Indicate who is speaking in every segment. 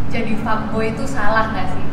Speaker 1: jadi fuckboy itu salah nggak sih?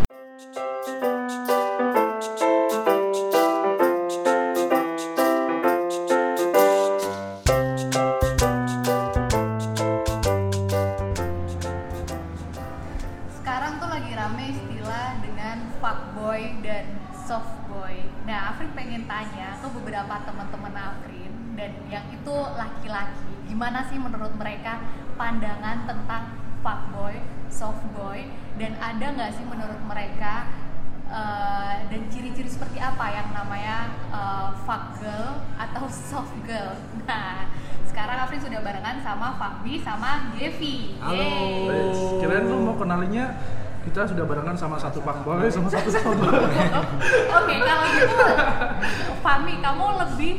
Speaker 1: Sekarang tuh lagi rame istilah dengan fuckboy dan softboy. Nah, Afrin pengen tanya ke beberapa teman-teman Afrin dan yang itu laki-laki, gimana sih menurut mereka pandangan tentang fuckboy, softboy, dan ada nggak sih menurut mereka dan ciri-ciri seperti apa yang namanya fuck girl atau soft girl. Nah, sekarang Afrin sudah barengan sama Fakbi sama Gevi.
Speaker 2: Halo.
Speaker 3: Kirain lu mau kenalinya kita sudah barengan sama satu fuckboy sama satu softboy.
Speaker 1: Oke, kalau gitu Fami, kamu lebih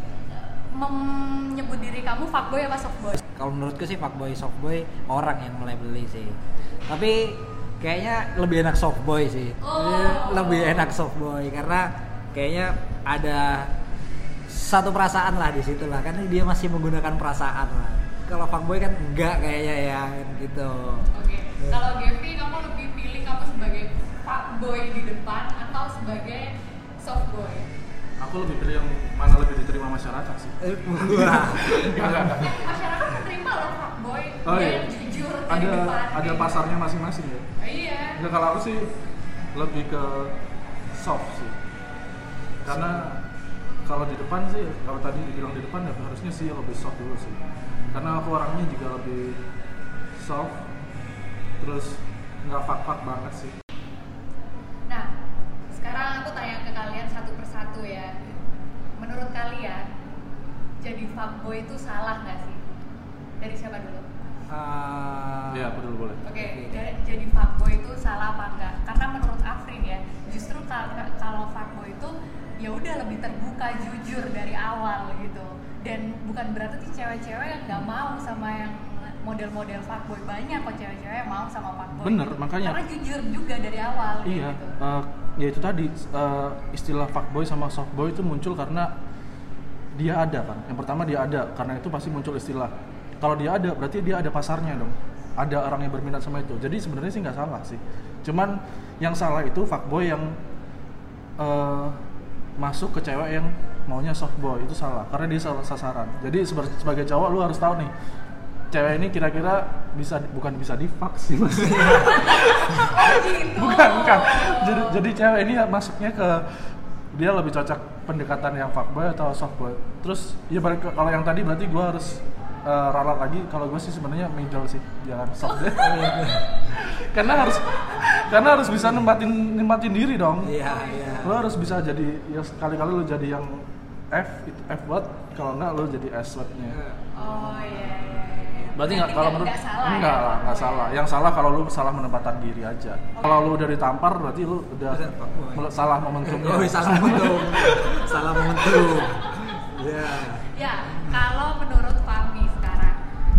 Speaker 1: menyebut diri kamu fuckboy apa softboy?
Speaker 2: Kalau menurutku sih fuckboy, softboy orang yang mulai beli sih. Tapi kayaknya lebih enak softboy sih. Lebih enak softboy karena kayaknya ada satu perasaan lah di situ lah. Karena dia masih menggunakan perasaan lah. Kalau fuckboy kan enggak kayaknya ya gitu.
Speaker 1: Oke. Kalau Gevi, kamu lebih pilih kamu sebagai fuckboy di depan atau sebagai softboy?
Speaker 3: Aku lebih pilih yang mana lebih diterima masyarakat sih.
Speaker 2: Wah.
Speaker 1: Masyarakat menerima loh fuckboy
Speaker 3: Oh, iya.
Speaker 1: yang jujur di depan.
Speaker 3: Ada pasarnya masing-masing ya.
Speaker 1: Iya.
Speaker 3: Enggak, kalau aku sih lebih ke soft sih. Karena kalau di depan sih, kalau tadi dibilang di depan ya harusnya sih lebih soft dulu sih. Karena aku orangnya juga lebih soft, terus nggak fuck banget sih.
Speaker 1: Nah, sekarang aku tanya ke kalian satu persatu ya. Menurut kalian, jadi fuckboy itu salah nggak sih? Dari siapa dulu?
Speaker 3: Iya, aku dulu boleh.
Speaker 1: Oke, jadi fuckboy itu salah apa enggak? Karena menurut Afrin ya, justru kalau fuckboy itu ya udah lebih terbuka, jujur dari awal gitu. Dan bukan berarti cewek-cewek yang nggak mau sama yang model-model fuckboy, banyak kok cewek-cewek yang mau sama fuckboy.
Speaker 3: Bener,
Speaker 1: gitu.
Speaker 3: makanya.
Speaker 1: Karena jujur juga dari awal.
Speaker 3: Iya,
Speaker 1: gitu.
Speaker 3: ya itu tadi istilah fuckboy sama softboy itu muncul karena dia ada kan. Yang pertama dia ada, karena itu pasti muncul istilah. Kalau dia ada, berarti dia ada pasarnya dong. Ada orang yang berminat sama itu. Jadi sebenarnya sih nggak salah sih. Cuman yang salah itu fuckboy yang masuk ke cewek yang maunya softboy, itu salah. Karena dia salah sasaran. Jadi sebagai cowok lu harus tahu nih, cewek ini kira-kira bukan bisa di-fuck sih maksudnya.
Speaker 1: Oh gitu.
Speaker 3: Bukan. Jadi cewek ini masuknya ke dia lebih cocok pendekatan yang fuckboy atau softboy. Terus ya balik kalau yang tadi berarti gue harus ralat lagi. Kalau gue sih sebenarnya middle sih, jangan soft deh. karena harus bisa nempatin diri dong.
Speaker 2: Iya.
Speaker 3: Lo harus bisa jadi ya sekali-kali lo jadi yang F word, kalau enggak lo jadi S wordnya.
Speaker 1: Oh iya.
Speaker 3: Berarti nggak, kalau menurut nggak salah. Yang salah kalau lu salah menempatkan diri aja. Kalau lu udah ditampar berarti lu udah salah momentumnya.
Speaker 2: Oh, salah momentum. Salah momentum. Ya.
Speaker 1: Ya, kalau menurut Fahmi sekarang,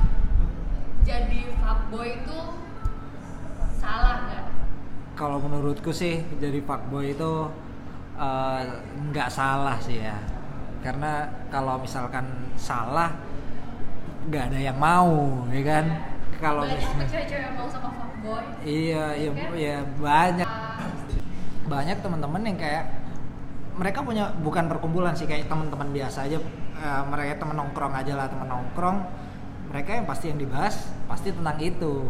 Speaker 1: jadi fuckboy itu salah nggak?
Speaker 2: Kalau menurutku sih jadi fuckboy itu nggak salah sih ya. Karena kalau misalkan salah nggak ada yang mau, ya kan? Kalau
Speaker 1: banyak cewek-cewek yang mau sama fuckboy.
Speaker 2: Iya,
Speaker 1: kan?
Speaker 2: ya banyak teman-teman yang kayak mereka punya bukan perkumpulan sih, kayak teman-teman biasa aja, mereka teman nongkrong aja lah, teman nongkrong. Mereka yang pasti yang dibahas pasti tentang itu.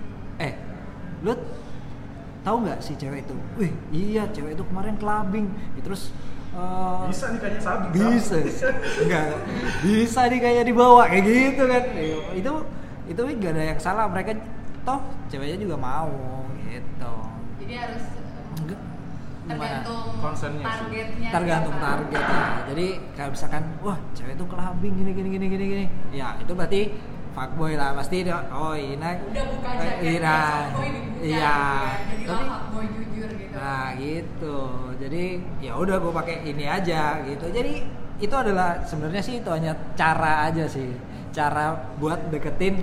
Speaker 2: Lu tahu nggak si cewek itu? Wih, iya cewek itu kemarin clubbing, terus
Speaker 3: bisa nih kayaknya sabi.
Speaker 2: Bisa. Enggak. Bisa nih kayak dibawa kayak gitu kan. Itu enggak ada yang salah, mereka toh ceweknya juga mau gitu.
Speaker 1: Jadi harus tergantung
Speaker 3: konsennya
Speaker 1: targetnya.
Speaker 2: Tergantung
Speaker 1: siapa.
Speaker 2: targetnya. Jadi kayak misalkan, wah cewek itu clubbing gini. Ya itu berarti fuckboy lah pasti. Oh ini.
Speaker 1: Udah buka jaket fuckboy dibuka.
Speaker 2: Iya.
Speaker 1: Jadi
Speaker 2: Tapi
Speaker 1: fuckboy jujur gitu.
Speaker 2: nah gitu, jadi ya udah gue pakai ini aja gitu. Jadi itu adalah sebenarnya sih itu hanya cara aja sih, cara buat deketin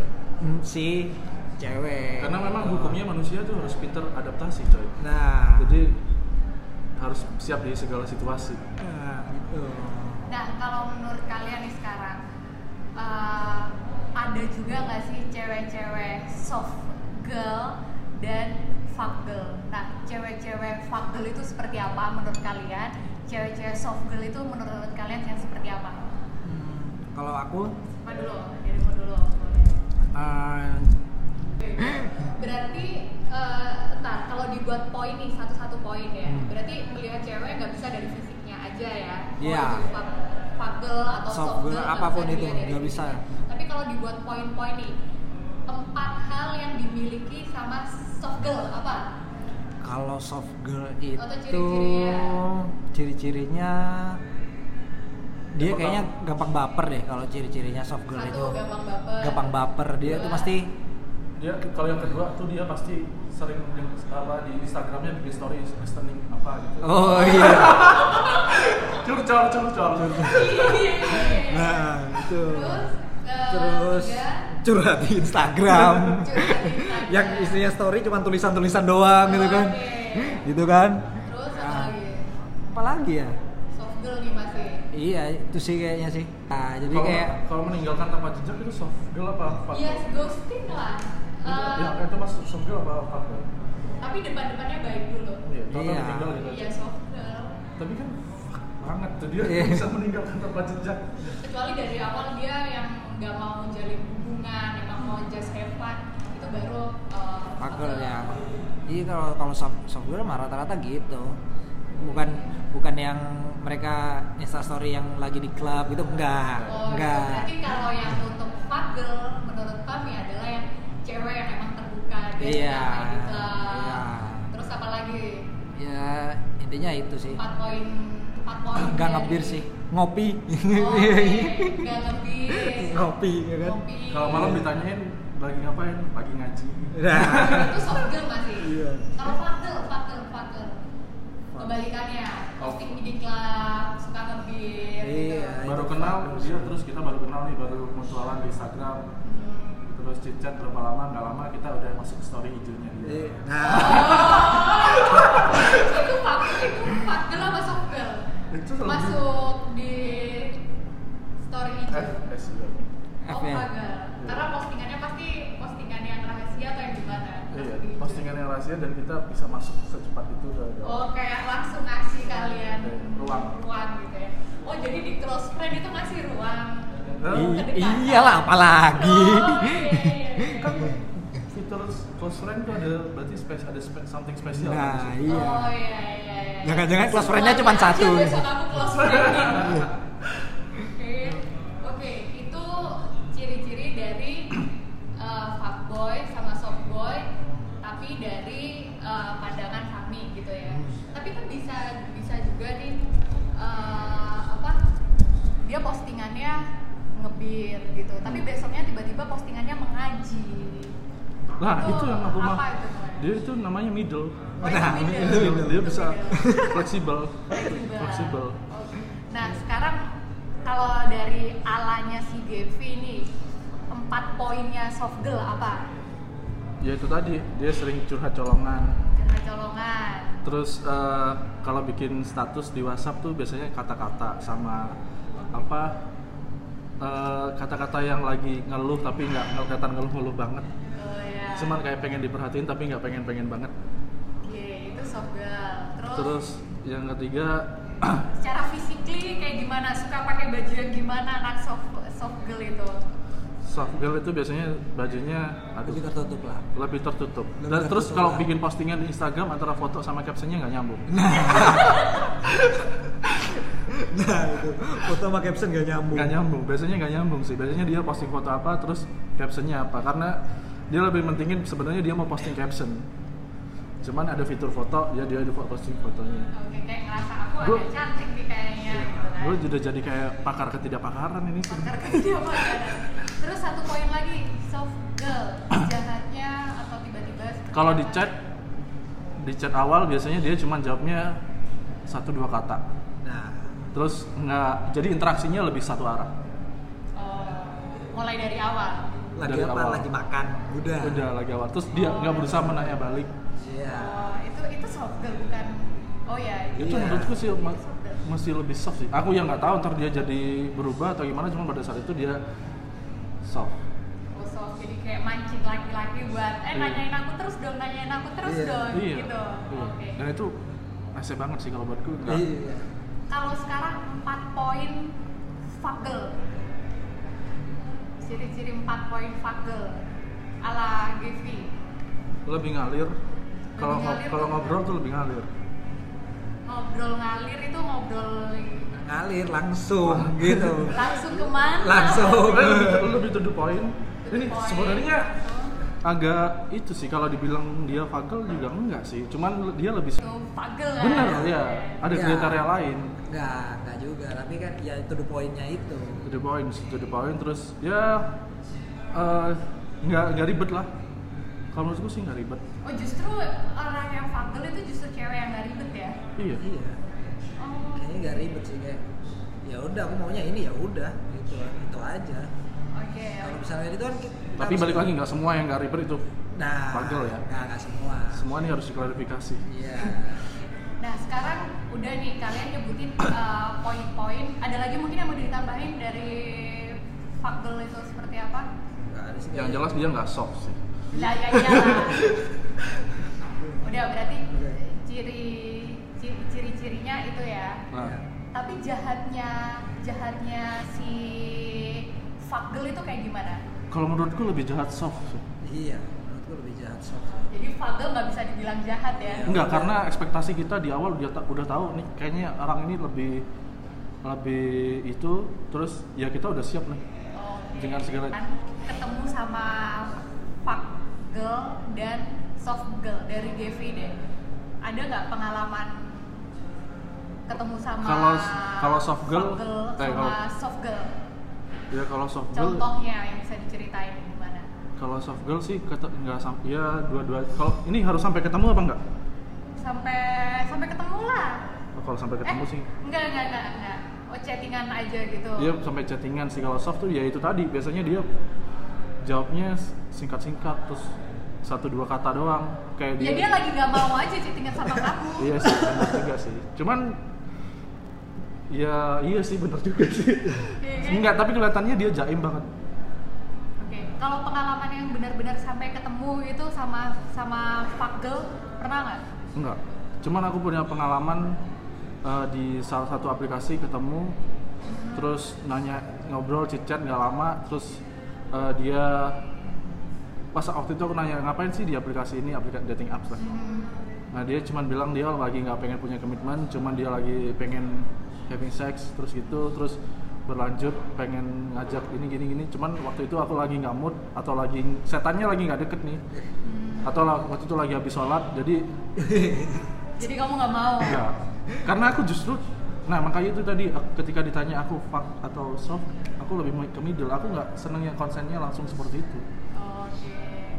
Speaker 2: si cewek.
Speaker 3: Karena memang hukumnya manusia tuh harus pintar adaptasi coy.
Speaker 2: Nah,
Speaker 3: Jadi harus siap di segala situasi.
Speaker 2: nah gitu.
Speaker 1: Nah, kalau menurut kalian nih sekarang ada juga nggak sih cewek-cewek soft girl dan fuck girl. Nah, cewek-cewek fuck girl itu seperti apa menurut kalian? Cewek-cewek soft girl itu menurut kalian yang seperti apa?
Speaker 2: Kalau aku
Speaker 1: Siapa dulu? Dirimu dulu. Berarti ntar kalau dibuat poin nih satu-satu poin ya. Berarti melihat cewek nggak bisa dari fisiknya aja ya.
Speaker 2: Iya.
Speaker 1: Fuck girl atau
Speaker 2: soft
Speaker 1: soft
Speaker 2: girl
Speaker 1: girl
Speaker 2: apapun itu
Speaker 1: dilihat dari
Speaker 2: nggak bisa.
Speaker 1: fisiknya. Tapi kalau dibuat poin-poin nih, 4 hal yang dimiliki sama soft girl apa?
Speaker 2: Kalau soft girl
Speaker 1: Atau
Speaker 2: itu ciri-cirinya dia kayaknya gampang baper deh. Kalau ciri-cirinya soft girl
Speaker 1: Satu,
Speaker 2: itu
Speaker 1: gampang baper.
Speaker 2: dia
Speaker 1: Dua.
Speaker 2: itu pasti
Speaker 3: Dia kalau yang kedua tuh dia pasti sering di Instagramnya bikin story listening apa gitu.
Speaker 2: oh iya.
Speaker 3: Curcol.
Speaker 2: Nah itu
Speaker 1: Terus
Speaker 2: curhat di Instagram.
Speaker 1: Instagram.
Speaker 2: Yang isinya story cuma tulisan-tulisan doang gitu kan.
Speaker 1: Oke.
Speaker 2: Gitu kan.
Speaker 1: Terus apa
Speaker 2: Nah,
Speaker 1: lagi?
Speaker 2: apa lagi ya?
Speaker 1: Soft girl nih masih.
Speaker 2: Iya, itu sih kayaknya sih. Nah, jadi
Speaker 3: Kalau meninggalkan tanpa jejak itu soft girl apa fuck girl?
Speaker 1: Yes, ghosting lah.
Speaker 3: Ya itu masuk soft girl apa fuck girl?
Speaker 1: Tapi depan-depannya baik dulu.
Speaker 3: Iya, total
Speaker 2: Iya.
Speaker 3: meninggal gitu.
Speaker 1: Iya, soft girl.
Speaker 3: Tapi kan fuck banget tuh dia
Speaker 2: Iya.
Speaker 3: bisa meninggalkan tanpa jejak.
Speaker 1: Kecuali dari awal dia yang nggak mau jalin hubungan, emang mau just have fun, itu baru
Speaker 2: Pagel ya. Iya kalau soft girl mah rata-rata gitu. Bukan yang mereka Insta story yang lagi di klub gitu enggak.
Speaker 1: Oh,
Speaker 2: Enggak.
Speaker 1: berarti kalau yang untuk fuck girl menurut kami adalah yang cewek yang emang terbuka dia
Speaker 2: Iya.
Speaker 1: suka main di klub.
Speaker 2: Iya.
Speaker 1: Terus apa lagi?
Speaker 2: Ya intinya itu sih.
Speaker 1: 4 poin
Speaker 2: Enggak ngebir sih, ngopi.
Speaker 1: Nggak ngebir.
Speaker 2: Ngopi ya kan.
Speaker 1: Ngopi.
Speaker 3: Kalau malam ditanyain lagi ngapain? Lagi ngaji.
Speaker 2: Nah.
Speaker 1: Itu soft girl masih.
Speaker 2: Iya.
Speaker 1: Kalau fuck girl. Kebalikannya, posting di klub, suka ngebir gitu.
Speaker 2: Iya.
Speaker 3: Baru
Speaker 2: itu
Speaker 3: kenal
Speaker 2: fuck
Speaker 3: dia
Speaker 2: girl.
Speaker 3: terus kita baru kenal nih, baru mutualan di Instagram. Terus chit-chat berapa lama, nggak lama kita udah masuk story hijaunya dia.
Speaker 2: Nah,
Speaker 1: Itu fuck girl apa soft girl?
Speaker 3: Itu lebih-
Speaker 1: Masuk di story hijau.
Speaker 3: FS juga.
Speaker 1: Oh,
Speaker 2: F ya.
Speaker 1: fuck girl. Karena postingannya pasti postingan yang rahasia atau yang gimana?
Speaker 3: Iya,
Speaker 1: Masuk di hijau.
Speaker 3: postingan yang rahasia dan kita bisa masuk secepat itu ke
Speaker 1: Oh, kayak langsung ngasih kalian
Speaker 3: Ruang.
Speaker 1: gitu ya. Oh, jadi di close friend itu ngasih ruang.
Speaker 2: iyalah apalagi.
Speaker 1: Oh, iya.
Speaker 3: Kan fitur close friend tuh ada berarti ada something spesial.
Speaker 2: Nah,
Speaker 3: kan di situ.
Speaker 2: iya.
Speaker 1: Oh iya.
Speaker 2: Jangan-jangan close friend-nya cuma
Speaker 1: Aja
Speaker 2: satu.
Speaker 1: Besok aku close friend. Oke, itu ciri-ciri dari fuckboy sama softboy, tapi dari pandangan kami gitu ya. Tapi kan bisa juga nih dia postingannya ngebir gitu, tapi besoknya tiba-tiba postingannya mengaji.
Speaker 3: Nah, itu yang aku
Speaker 1: apa
Speaker 3: mah.
Speaker 1: itu namanya?
Speaker 3: Dia itu namanya middle.
Speaker 1: Oh, itu
Speaker 2: Nah,
Speaker 1: middle.
Speaker 2: itu
Speaker 3: Dia bisa
Speaker 1: Middle.
Speaker 3: fleksibel.
Speaker 1: Fleksibel.
Speaker 3: Fleksibel.
Speaker 1: Oke. Nah, sekarang kalau dari alanya si Devi nih, 4 poinnya soft girl apa?
Speaker 3: Ya itu tadi, dia sering curhat colongan.
Speaker 1: Karena colongan.
Speaker 3: Terus kalau bikin status di WhatsApp tuh biasanya kata-kata sama kata-kata yang lagi ngeluh tapi nggak kelihatan ngeluh-ngeluh banget.
Speaker 1: Oh ya.
Speaker 3: Cuman kayak pengen diperhatiin tapi nggak pengen banget.
Speaker 1: Oke, itu soft girl.
Speaker 3: Terus yang ketiga
Speaker 1: secara physically kayak gimana? Suka pakai baju yang gimana anak soft girl itu?
Speaker 3: soft girl itu biasanya bajunya
Speaker 2: Lebih tertutup lah.
Speaker 3: lebih tertutup.
Speaker 2: Lebih
Speaker 3: Dan terus
Speaker 2: tertutup
Speaker 3: kalau
Speaker 2: lah.
Speaker 3: bikin postingan di Instagram antara foto sama captionnya nggak nyambung.
Speaker 2: Nah itu foto sama caption gak nyambung.
Speaker 3: Nggak nyambung. Biasanya nggak nyambung sih. Biasanya dia posting foto apa terus captionnya apa. Karena dia lebih mentingin sebenarnya dia mau posting caption. Cuman ada fitur foto, dia posting fotonya.
Speaker 1: Oke, kayak ngerasa aku
Speaker 3: Gua-
Speaker 1: agak cantik nih kayaknya gitu kan.
Speaker 3: Gue udah jadi kayak pakar ketidakpakaran ini sih.
Speaker 1: Pakar ketidakpakaran. Terus satu poin lagi, soft girl, jahatnya atau tiba-tiba seperti
Speaker 3: Kalau di
Speaker 1: apa?
Speaker 3: chat awal biasanya dia cuma jawabnya 1-2 kata.
Speaker 2: Nah
Speaker 3: Terus nggak, jadi interaksinya lebih satu arah.
Speaker 1: Oh, mulai dari awal.
Speaker 2: lagi
Speaker 3: Dari
Speaker 2: apa?
Speaker 3: awal.
Speaker 2: Lagi makan. Udah.
Speaker 3: Udah lagi awal. Terus dia nggak berusaha menanya balik.
Speaker 2: Iya.
Speaker 1: Oh, itu soft girl bukan. Oh ya,
Speaker 3: Itu
Speaker 2: Iya.
Speaker 3: menurutku sih
Speaker 1: soft girl.
Speaker 3: masih lebih soft sih. Aku yang nggak tahu ntar dia jadi berubah atau gimana. Cuma pada saat itu dia soft.
Speaker 1: Oh, soft. jadi kayak mancing laki-laki buat nanyain aku terus dong
Speaker 3: Iya.
Speaker 1: gitu.
Speaker 3: Iya.
Speaker 1: Oke.
Speaker 3: Dan itu asik banget sih kalau buatku.
Speaker 2: Iya.
Speaker 1: Kalau sekarang 4 poin fagel. Ciri-ciri 4 poin fagel ala Gevi.
Speaker 3: Lebih ngalir. Kalau
Speaker 1: Lebih ngalir
Speaker 3: kalau
Speaker 1: tuh.
Speaker 3: ngobrol tuh lebih ngalir.
Speaker 1: Ngobrol ngalir itu ngobrol
Speaker 2: Ngalir langsung gitu.
Speaker 1: langsung kemana?
Speaker 2: Langsung.
Speaker 3: Lebih to the point. Ini
Speaker 1: Point.
Speaker 3: sebenarnya agak itu sih kalau dibilang dia fagel juga enggak sih. Cuman dia lebih
Speaker 1: Itu fagel kan?
Speaker 3: bener ya. Ada
Speaker 2: Ya.
Speaker 3: kriteria lain.
Speaker 2: Enggak juga, tapi kan ya itu the point-nya itu.
Speaker 3: To the point terus ya nggak ribet lah. Kalau menurutku sih nggak ribet.
Speaker 1: Oh justru orang yang fagel itu justru cewek yang gak ribet ya?
Speaker 3: Iya.
Speaker 2: Iya.
Speaker 1: Oh.
Speaker 2: Kayaknya nggak ribet sih, kayak ya udah aku maunya ini ya udah gitu, itu aja.
Speaker 1: Oke.
Speaker 2: Kalau misalnya itu kan
Speaker 3: Tapi balik lagi nggak semua yang nggak ribet itu
Speaker 2: nah
Speaker 3: fagel ya.
Speaker 2: nggak semua.
Speaker 3: Semua ini harus diklarifikasi.
Speaker 2: Iya.
Speaker 1: Nah sekarang udah nih kalian nyebutin poin-poin. Ada lagi mungkin yang mau ditambahin dari fagel itu seperti apa?
Speaker 2: Nggak ada sih
Speaker 3: Yang
Speaker 2: kayaknya.
Speaker 3: jelas dia nggak soft sih.
Speaker 1: Lah ya iyalah. Udah berarti
Speaker 2: Udah.
Speaker 1: ciri-cirinya itu ya.
Speaker 3: Nah,
Speaker 1: Tapi jahatnya si fagel itu kayak gimana?
Speaker 3: kalau menurutku lebih jahat soft sih.
Speaker 2: Iya, menurutku lebih jahat soft.
Speaker 1: Jadi fagel nggak bisa dibilang jahat ya?
Speaker 3: Enggak, karena ekspektasi kita di awal udah tahu nih kayaknya orang ini lebih itu, terus ya kita udah siap nih.
Speaker 1: Oke.
Speaker 3: Dengan segala-
Speaker 1: Kan ketemu sama fagel dan soft girl dari Gevi deh. Ada nggak pengalaman ketemu sama
Speaker 3: Kalau soft girl,
Speaker 1: fagel sama soft girl?
Speaker 3: Ya kalau soft girl,
Speaker 1: Contohnya yang bisa diceritain gimana?
Speaker 3: kalau soft girl sih nggak sampai ya dua-dua. Kalau ini harus sampai ketemu apa enggak?
Speaker 1: Sampai ketemu lah.
Speaker 3: Kalau sampai ketemu sih.
Speaker 1: Enggak. Oh chattingan aja gitu.
Speaker 3: Dia sampai chattingan sih. Kalau soft tuh ya itu tadi biasanya dia jawabnya singkat-singkat terus 1-2 kata doang kayak
Speaker 1: Ya dia lagi nggak mau aja chattingan sama kamu.
Speaker 3: Iya sih, benar juga sih. Cuman ya iya sih benar juga sih.
Speaker 1: Iya kan?
Speaker 3: Enggak, tapi kelihatannya dia jaim banget.
Speaker 1: Oke, kalau pengalaman yang benar-benar sampai ketemu itu sama fagel pernah nggak?
Speaker 3: Enggak. Cuman aku punya pengalaman di salah satu aplikasi ketemu, terus nanya ngobrol chit-chat nggak lama, terus dia pas waktu itu aku nanya ngapain sih di aplikasi ini, aplikasi dating apps lah. Nah dia cuman bilang dia lagi nggak pengen punya komitmen, cuman dia lagi pengen having sex terus gitu, terus berlanjut pengen ngajak ini gini. Cuman waktu itu aku lagi nggak mood atau lagi setannya lagi nggak deket nih, atau waktu itu lagi habis sholat jadi
Speaker 1: Jadi kamu nggak mau?
Speaker 3: enggak. Karena aku justru, nah makanya itu tadi ketika ditanya aku fuck atau soft, aku lebih ke middle. Aku nggak seneng yang konsennya langsung seperti itu.
Speaker 1: Oke.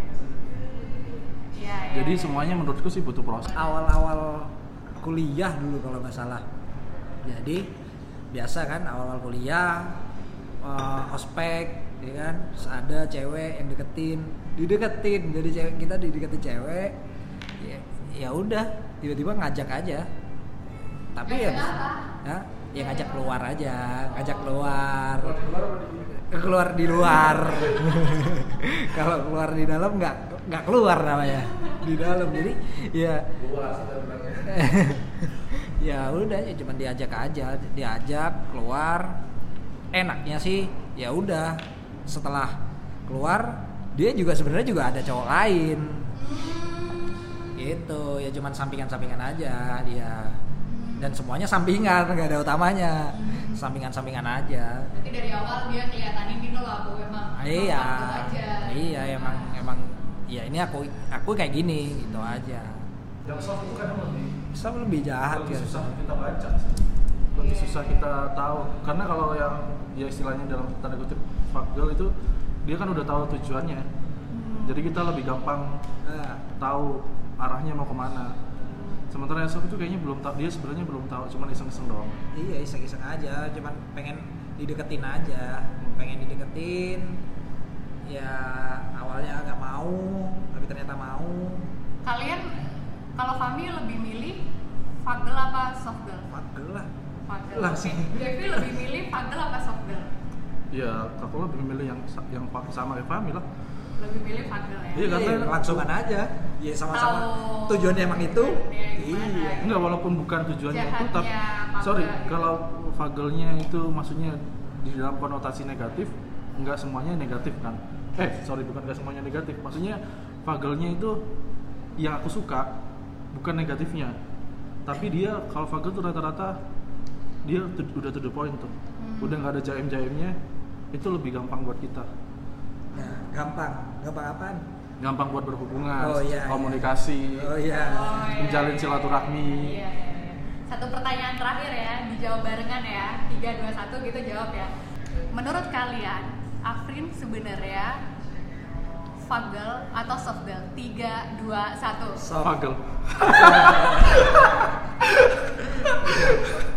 Speaker 1: Iya.
Speaker 3: Jadi semuanya menurutku sih butuh proses.
Speaker 2: Awal-awal kuliah dulu kalau nggak salah. Jadi biasa kan awal-awal kuliah ospek, ya kan, terus ada cewek yang dideketin, jadi cewek kita dideketin cewek, ya udah tiba-tiba ngajak aja, tapi ya,
Speaker 1: Ngajak apa?
Speaker 2: ya ngajak keluar aja, keluar di luar. Kalau keluar di dalam nggak keluar namanya, di dalam, jadi ya ya udah ya cuman diajak keluar. Enaknya sih ya udah setelah keluar dia juga sebenarnya juga ada cowok lain gitu, ya cuman sampingan aja dia, dan semuanya sampingan, nggak ada utamanya, sampingan aja.
Speaker 1: Berarti dari awal dia kelihatanin gitu loh, aku emang
Speaker 2: Iya
Speaker 1: fagel aja.
Speaker 2: iya emang ya ini aku kayak gini gitu aja.
Speaker 3: Yang soft itu kan
Speaker 2: Lebih jahat
Speaker 3: lebih
Speaker 2: kan.
Speaker 3: susah kita baca sih. Lebih susah kita tahu. Karena kalau yang ya istilahnya dalam tanda kutip fuck girl itu dia kan udah tahu tujuannya. Jadi kita lebih gampang tahu arahnya mau kemana. Sementara yang soft itu kayaknya belum tahu, dia sebenarnya belum tahu, cuman iseng-iseng doang.
Speaker 2: Iya iseng-iseng aja, cuman pengen dideketin aja, ya awalnya nggak mau, tapi ternyata mau.
Speaker 1: Kalian kalau kami lebih milih fagel apa soft girl?
Speaker 2: Fagel lah.
Speaker 1: Fagel.
Speaker 2: Langsung.
Speaker 1: Devi lebih milih fagel apa soft girl?
Speaker 3: Ya aku lebih memilih yang sama kayak Fahmi lah.
Speaker 1: lebih milih fagel ya.
Speaker 3: Iya, karena-
Speaker 2: langsungan aja. Ya sama-sama
Speaker 1: Tahu
Speaker 2: tujuannya emang itu.
Speaker 1: dia gimana.
Speaker 2: Iya.
Speaker 3: Enggak, walaupun bukan tujuannya itu,
Speaker 1: Jahatnya
Speaker 3: tapi
Speaker 1: fagel
Speaker 3: sorry,
Speaker 1: gitu.
Speaker 3: kalau fagelnya itu maksudnya di dalam konotasi negatif, enggak semuanya negatif kan? Bukan enggak semuanya negatif. Maksudnya fagelnya itu yang aku suka bukan negatifnya, tapi dia kalau fagel tuh rata-rata dia udah to the point tuh, udah nggak ada jaim-jaimnya, itu lebih gampang buat kita.
Speaker 2: Nah, gampang apaan?
Speaker 3: Gampang buat berhubungan,
Speaker 2: Oh, iya,
Speaker 3: komunikasi,
Speaker 2: Oh iya.
Speaker 1: Oh, iya,
Speaker 3: menjalin
Speaker 1: iya,
Speaker 3: silaturahmi.
Speaker 1: Iya, iya, iya. Satu pertanyaan terakhir ya, dijawab barengan ya. 3, 2, 1 gitu jawab ya. Menurut kalian, Afrin sebenarnya fagel atau soft girl? 3, 2, 1.
Speaker 2: Soft.
Speaker 3: Fagel.